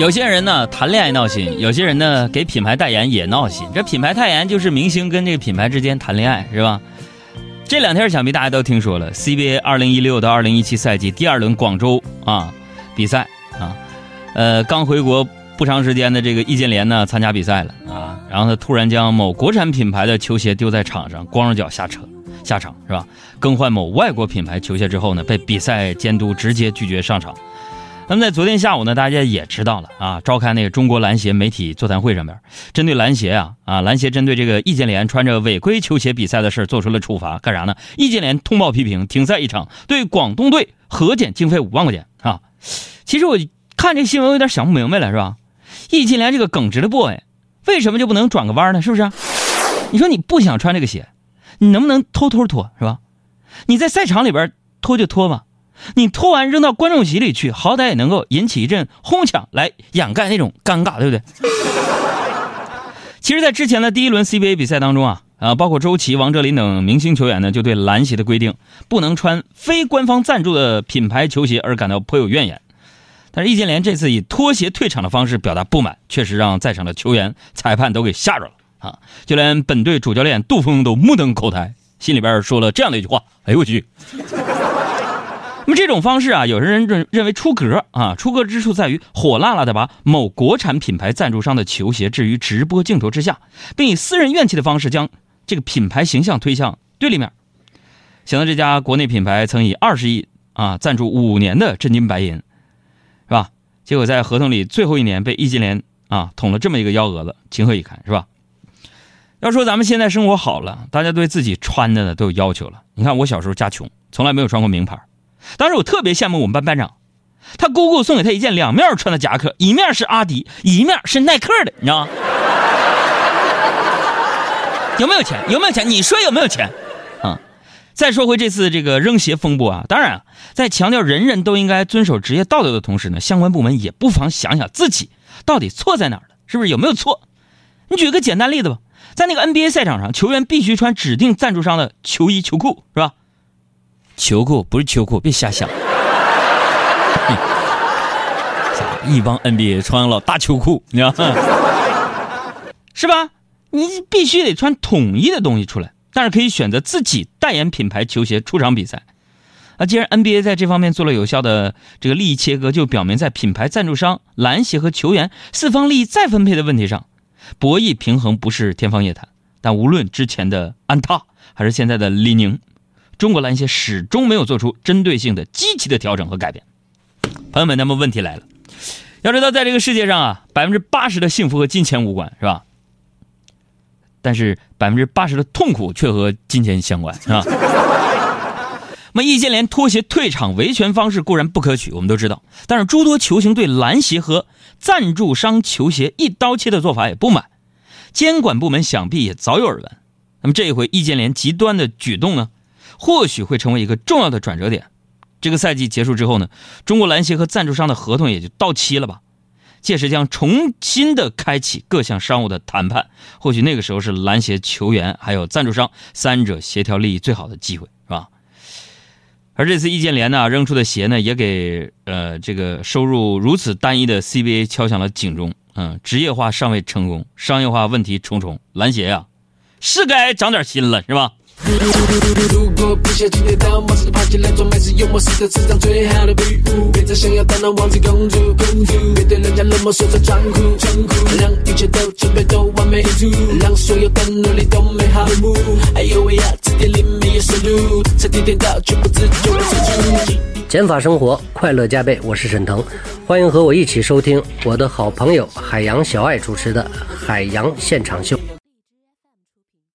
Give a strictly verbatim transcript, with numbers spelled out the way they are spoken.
有些人呢谈恋爱闹心，有些人呢给品牌代言也闹心。这品牌代言就是明星跟这个品牌之间谈恋爱，是吧？这两天想必大家都听说了 C B A 二零一六到二零一七赛季第二轮广州啊比赛啊，呃，刚回国不长时间的这个易建联呢参加比赛了啊，然后他突然将某国产品牌的球鞋丢在场上，光着脚下车下场是吧？更换某外国品牌球鞋之后呢，被比赛监督直接拒绝上场。那么在昨天下午呢，大家也知道了啊，召开那个中国篮协媒体座谈会上面，针对篮协啊啊，篮协针对这个易建联穿着违规球鞋比赛的事做出了处罚，干啥呢？易建联通报批评，停赛一场，对广东队核减经费五万块钱啊。其实我看这个新闻有点想不明白了，是吧？易建联这个耿直的 boy， 为什么就不能转个弯呢？是不是？你说你不想穿这个鞋，你能不能偷偷脱，是吧？你在赛场里边脱就脱吧。你脱完扔到观众席里去，好歹也能够引起一阵哄抢来掩盖那种尴尬，对不对？其实在之前的第一轮 C B A 比赛当中啊，啊，包括周琦、王哲林等明星球员呢，就对篮协的规定不能穿非官方赞助的品牌球鞋而感到颇有怨言。但是易建联这次以脱鞋退场的方式表达不满，确实让在场的球员、裁判都给吓着了啊！就连本队主教练杜锋都目瞪口呆，心里边说了这样的一句话：哎呦我去！那么这种方式啊，有人认认为出格啊，出格之处在于火辣辣的把某国产品牌赞助商的球鞋置于直播镜头之下，并以私人怨气的方式将这个品牌形象推向对立面。想到这家国内品牌曾以二十亿啊赞助五年的真金白银，是吧？结果在合同里最后一年被易建联啊捅了这么一个幺蛾子，情何以堪，是吧？要说咱们现在生活好了，大家对自己穿的呢都有要求了。你看我小时候家穷，从来没有穿过名牌。当时我特别羡慕我们班班长，他姑姑送给他一件两面穿的夹克，一面是阿迪，一面是耐克的，你知道吗？有没有钱？有没有钱？你说有没有钱？啊！再说回这次这个扔鞋风波啊，当然啊，在强调人人都应该遵守职业道德的同时呢，相关部门也不妨想想自己到底错在哪儿了，是不是有没有错？你举个简单例子吧，在那个 N B A 赛场上，球员必须穿指定赞助商的球衣、球裤，是吧？球裤不是秋裤，别瞎想。一帮 N B A 穿了大秋裤，你知道吗？是吧？你必须得穿统一的东西出来，但是可以选择自己代言品牌球鞋出场比赛。啊，既然 N B A 在这方面做了有效的这个利益切割，就表明在品牌赞助商、篮协和球员四方利益再分配的问题上，博弈平衡不是天方夜谭。但无论之前的安踏还是现在的李宁，中国篮协始终没有做出针对性的积极的调整和改变。朋友们，那么问题来了，要知道在这个世界上啊，百分之八十的幸福和金钱无关，是吧？但是百分之八十的痛苦却和金钱相关，是吧？那么易建联脱鞋退场维权方式固然不可取，我们都知道，但是诸多球星对篮协和赞助商球鞋一刀切的做法也不满，监管部门想必也早有耳闻。那么这一回易建联极端的举动呢，或许会成为一个重要的转折点。这个赛季结束之后呢，中国篮协和赞助商的合同也就到期了吧？届时将重新的开启各项商务的谈判，或许那个时候是篮协、球员还有赞助商三者协调利益最好的机会，是吧？而这次易建联呢扔出的鞋呢，也给呃这个收入如此单一的 C B A 敲响了警钟。嗯，职业化尚未成功，商业化问题重重，篮协呀、啊，是该长点心了，是吧？如果不下今天到马上就爬起来装麦是幽默是的智障最好的比喻，别再想要当那王子公主公主，别对人家冷漠说着装酷装酷，让一切都准备都完美无误，让所有的努力都美好落幕。哎呦喂呀，字典里没有收入，彻底颠倒却不自觉的付出。减法生活，快乐加倍。我是沈腾，欢迎和我一起收听我的好朋友海洋小爱主持的海洋现场秀。